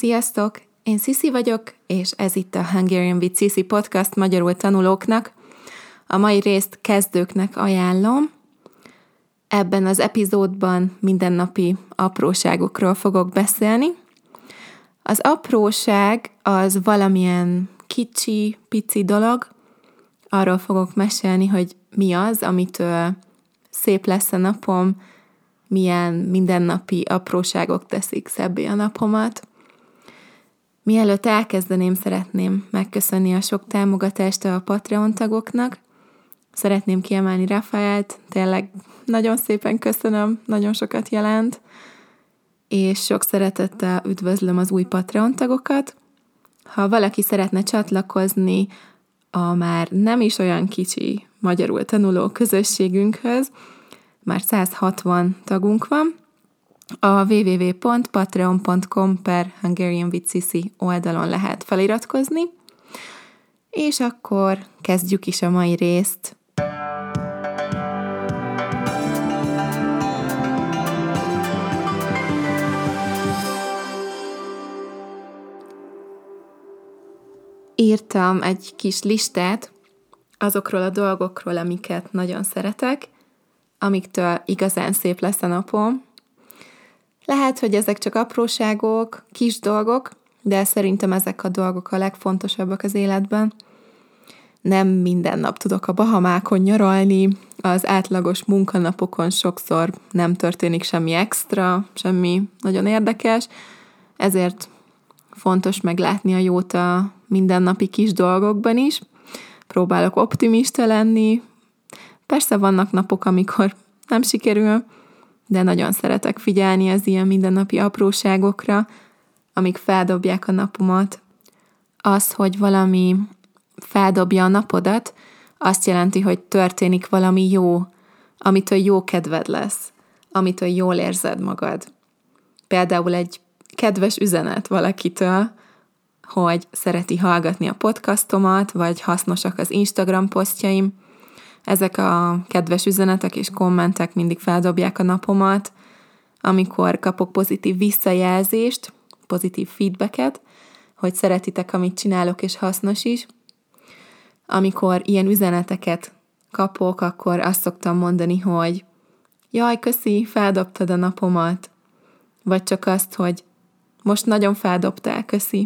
Sziasztok! Én Cici vagyok, és ez itt a Hungarian with Cici podcast magyarul tanulóknak. A mai részt kezdőknek ajánlom. Ebben az epizódban mindennapi apróságokról fogok beszélni. Az apróság az valamilyen kicsi, pici dolog. Arról fogok mesélni, hogy mi az, amitől szép lesz a napom, milyen mindennapi apróságok teszik szebbé a napomat. Mielőtt elkezdeném, szeretném megköszönni a sok támogatást a Patreon tagoknak. Szeretném kiemelni Rafaelt, tényleg nagyon szépen köszönöm, nagyon sokat jelent, és sok szeretettel üdvözlöm az új Patreon tagokat. Ha valaki szeretne csatlakozni a már nem is olyan kicsi magyarul tanuló közösségünkhöz, már 160 tagunk van, a www.patreon.com/HungarianWithCici oldalon lehet feliratkozni, és akkor kezdjük is a mai részt. Írtam egy kis listát azokról a dolgokról, amiket nagyon szeretek, amiktől igazán szép lesz a napom. Lehet, hogy ezek csak apróságok, kis dolgok, de szerintem ezek a dolgok a legfontosabbak az életben. Nem minden nap tudok a Bahamákon nyaralni, az átlagos munkanapokon sokszor nem történik semmi extra, semmi nagyon érdekes, ezért fontos meglátni a jót a mindennapi kis dolgokban is. Próbálok optimista lenni. Persze vannak napok, amikor nem sikerül, de nagyon szeretek figyelni az ilyen mindennapi apróságokra, amik feldobják a napomat. Az, hogy valami feldobja a napodat, azt jelenti, hogy történik valami jó, amitől jó kedved lesz, amitől jól érzed magad. Például egy kedves üzenet valakitől, hogy szereti hallgatni a podcastomat, vagy hasznosak az Instagram posztjaim. Ezek a kedves üzenetek és kommentek mindig feldobják a napomat, amikor kapok pozitív visszajelzést, pozitív feedbacket, hogy szeretitek, amit csinálok, és hasznos is. Amikor ilyen üzeneteket kapok, akkor azt szoktam mondani, hogy jaj, köszi, feldobtad a napomat. Vagy csak azt, hogy most nagyon feldobtál, köszi.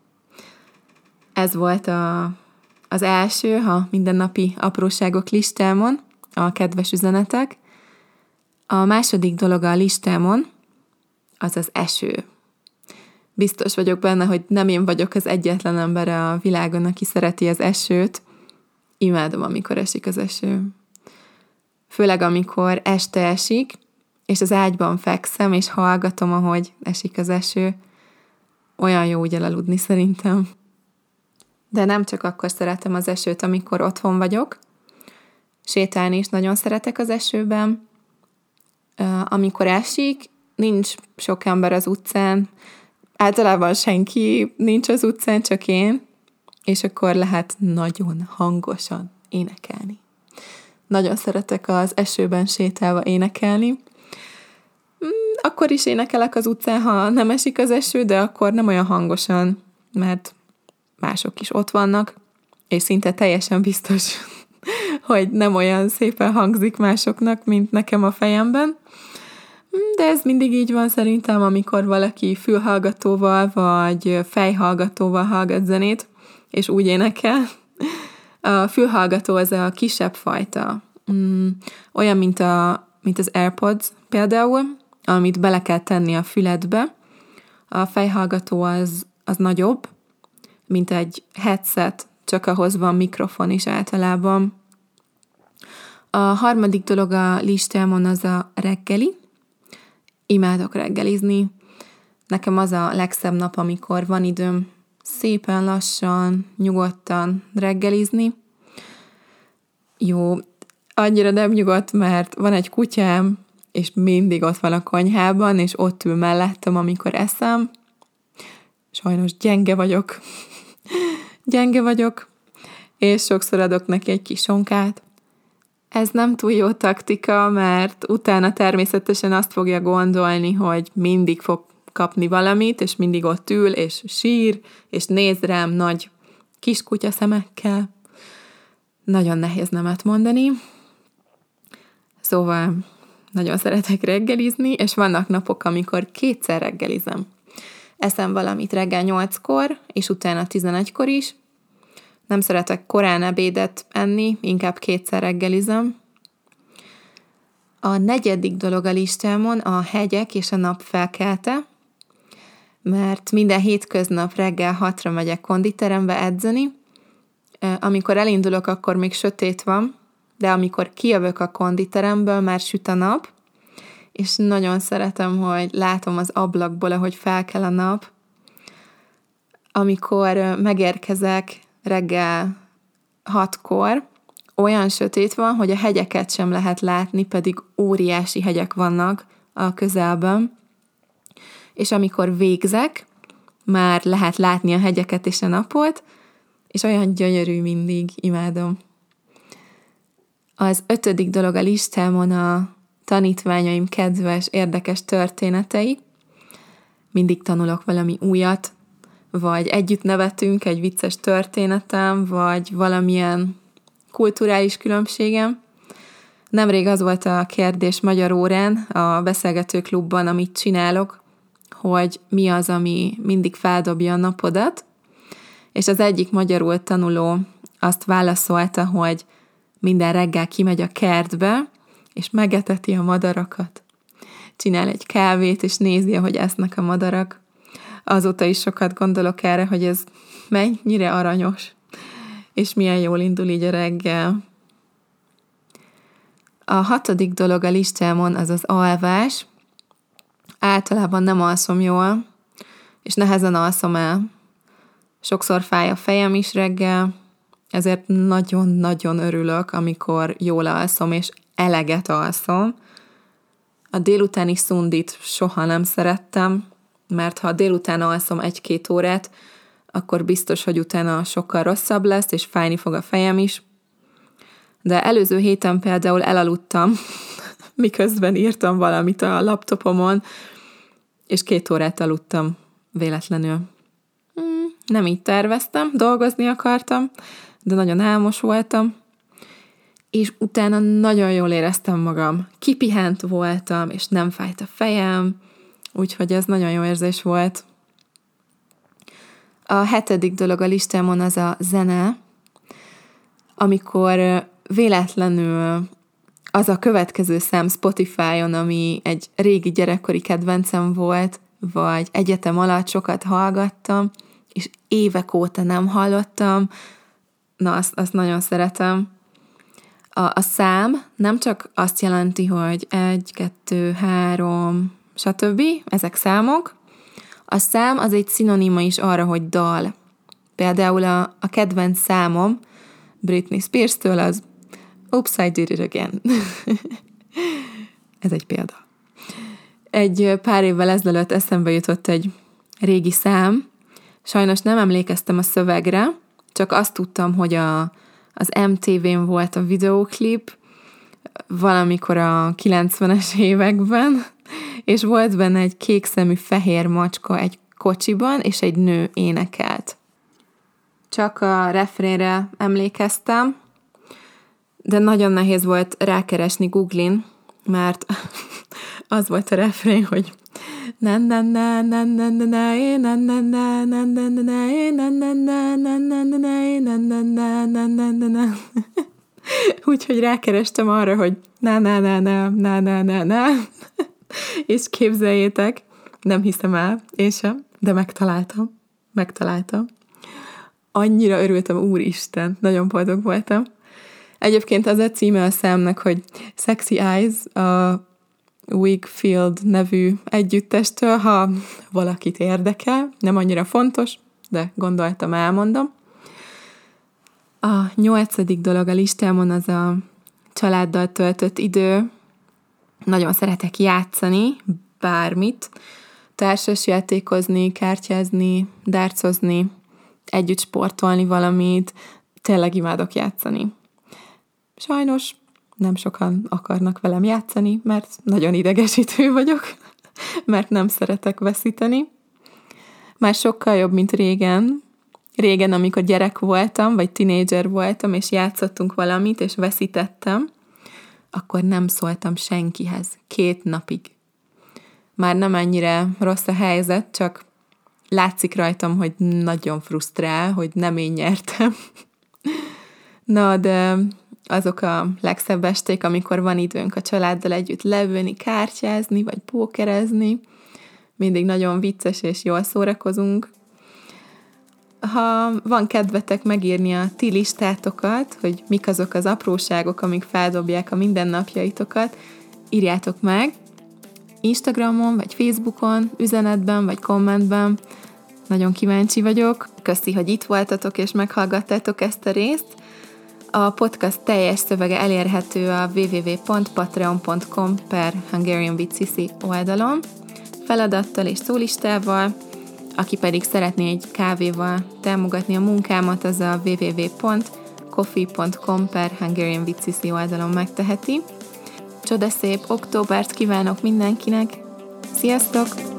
Ez volt az első, a mindennapi apróságok listámon, a kedves üzenetek. A második dolog a listámon, az az eső. Biztos vagyok benne, hogy nem én vagyok az egyetlen ember a világon, aki szereti az esőt. Imádom, amikor esik az eső. Főleg, amikor este esik, és az ágyban fekszem, és hallgatom, ahogy esik az eső. Olyan jó úgy elaludni szerintem. De nem csak akkor szeretem az esőt, amikor otthon vagyok. Sétálni is nagyon szeretek az esőben. Amikor esik, nincs sok ember az utcán. Általában senki nincs az utcán, csak én. És akkor lehet nagyon hangosan énekelni. Nagyon szeretek az esőben sétálva énekelni. Akkor is énekelek az utcán, ha nem esik az eső, de akkor nem olyan hangosan, mert mások is ott vannak, és szinte teljesen biztos, hogy nem olyan szépen hangzik másoknak, mint nekem a fejemben. De ez mindig így van szerintem, amikor valaki fülhallgatóval vagy fejhallgatóval hallgat zenét, és úgy énekel. A fülhallgató az a kisebb fajta. Olyan, mint az AirPods például, amit bele kell tenni a füledbe. A fejhallgató az nagyobb, mint egy headset, csak ahhoz van mikrofon is általában. A harmadik dolog a listámon az a reggeli. Imádok reggelizni. Nekem az a legszebb nap, amikor van időm szépen lassan, nyugodtan reggelizni. Jó, annyira nem nyugodt, mert van egy kutyám, és mindig ott van a konyhában, és ott ül mellettem, amikor eszem. Sajnos gyenge vagyok, és sokszor adok neki egy kis sonkát. Ez nem túl jó taktika, mert utána természetesen azt fogja gondolni, hogy mindig fog kapni valamit, és mindig ott ül, és sír, és néz rám nagy kiskutya szemekkel. Nagyon nehéz nemet mondani. Szóval nagyon szeretek reggelizni, és vannak napok, amikor 2-szer reggelizem. Eszem valamit reggel 8-kor, és utána 11-kor is. Nem szeretek korán ebédet enni, inkább 2-szer reggelizem. A 4. dolog a listámon a hegyek és a nap felkelte, mert minden hétköznap reggel 6-ra megyek konditerembe edzeni. Amikor elindulok, akkor még sötét van, de amikor kijövök a konditeremből, már süt a nap, és nagyon szeretem, hogy látom az ablakból, ahogy felkel a nap. Amikor megérkezek reggel 6-kor, olyan sötét van, hogy a hegyeket sem lehet látni, pedig óriási hegyek vannak a közelben. És amikor végzek, már lehet látni a hegyeket és a napot, és olyan gyönyörű mindig, imádom. Az 5. dolog a listámon a tanítványaim kedves, érdekes történetei. Mindig tanulok valami újat, vagy együtt nevetünk egy vicces történetem, vagy valamilyen kulturális különbségem. Nemrég az volt a kérdés magyar órán, a beszélgetőklubban, amit csinálok, hogy mi az, ami mindig feldobja a napodat, és az egyik magyarul tanuló azt válaszolta, hogy minden reggel kimegy a kertbe, és megeteti a madarakat. Csinál egy kávét, és nézi, hogy esznek a madarak. Azóta is sokat gondolok erre, hogy ez mennyire aranyos, és milyen jól indul így a reggel. A 6. dolog a listámon az az alvás. Általában nem alszom jól, és nehezen alszom el. Sokszor fáj a fejem is reggel, ezért nagyon-nagyon örülök, amikor jól alszom, és eleget alszom. A délutáni szundit soha nem szerettem, mert ha délután alszom 1-2 órát, akkor biztos, hogy utána sokkal rosszabb lesz, és fájni fog a fejem is. De előző héten például elaludtam, miközben írtam valamit a laptopomon, és 2 órát aludtam véletlenül. Nem így terveztem, dolgozni akartam, de nagyon álmos voltam, és utána nagyon jól éreztem magam. Kipihent voltam, és nem fájt a fejem, úgyhogy ez nagyon jó érzés volt. A 7. dolog a listámon az a zene, amikor véletlenül az a következő szám Spotify-on, ami egy régi gyerekkori kedvencem volt, vagy egyetem alatt sokat hallgattam, és évek óta nem hallottam, na azt nagyon szeretem. A szám nem csak azt jelenti, hogy 1, 2, 3, stb. Ezek számok. A szám az egy szinonima is arra, hogy dal. Például a kedvenc számom Britney Spears-től az Oops, I did it again. Ez egy példa. Egy pár évvel ezelőtt eszembe jutott egy régi szám. Sajnos nem emlékeztem a szövegre, csak azt tudtam, hogy az MTV-n volt a videóklip valamikor a 90-es években, és volt benne egy kékszemű fehér macska egy kocsiban, és egy nő énekelt. Csak a refrénre emlékeztem, de nagyon nehéz volt rákeresni Googlin, mert az volt a refrén, hogy úgyhogy rákerestem arra, hogy na, és képzeljétek, nem hiszem el, én sem, de megtaláltam. Annyira örültem, úristen, nagyon boldog voltam. Egyébként az a címe a számnak, hogy Sexy Eyes, a Wakefield nevű együttestől, ha valakit érdekel, nem annyira fontos, de gondoltam, elmondom. A 8. dolog a listámon az a családdal töltött idő. Nagyon szeretek játszani, bármit, társasjátékozni, kártyázni, dárcozni, együtt sportolni valamit, tényleg imádok játszani. Sajnos nem sokan akarnak velem játszani, mert nagyon idegesítő vagyok. mert nem szeretek veszíteni. Már sokkal jobb, mint régen. Régen, amikor gyerek voltam, vagy tinédzser voltam, és játszottunk valamit, és veszítettem, akkor nem szóltam senkihez 2 napig. Már nem ennyire rossz a helyzet, csak látszik rajtam, hogy nagyon frusztrál, hogy nem én nyertem. Na, de azok a legszebb esték, amikor van időnk a családdal együtt leülni, kártyázni, vagy pókerezni. Mindig nagyon vicces és jól szórakozunk. Ha van kedvetek megírni a ti listátokat, hogy mik azok az apróságok, amik feldobják a mindennapjaitokat, írjátok meg Instagramon, vagy Facebookon, üzenetben, vagy kommentben. Nagyon kíváncsi vagyok. Köszi, hogy itt voltatok és meghallgattátok ezt a részt. A podcast teljes szövege elérhető a www.patreon.com/HungarianWithCici oldalon, feladattal és szólistával. Aki pedig szeretné egy kávéval támogatni a munkámat, az a www.coffee.com/HungarianWithCici oldalon megteheti. Csodaszép októbert kívánok mindenkinek! Sziasztok!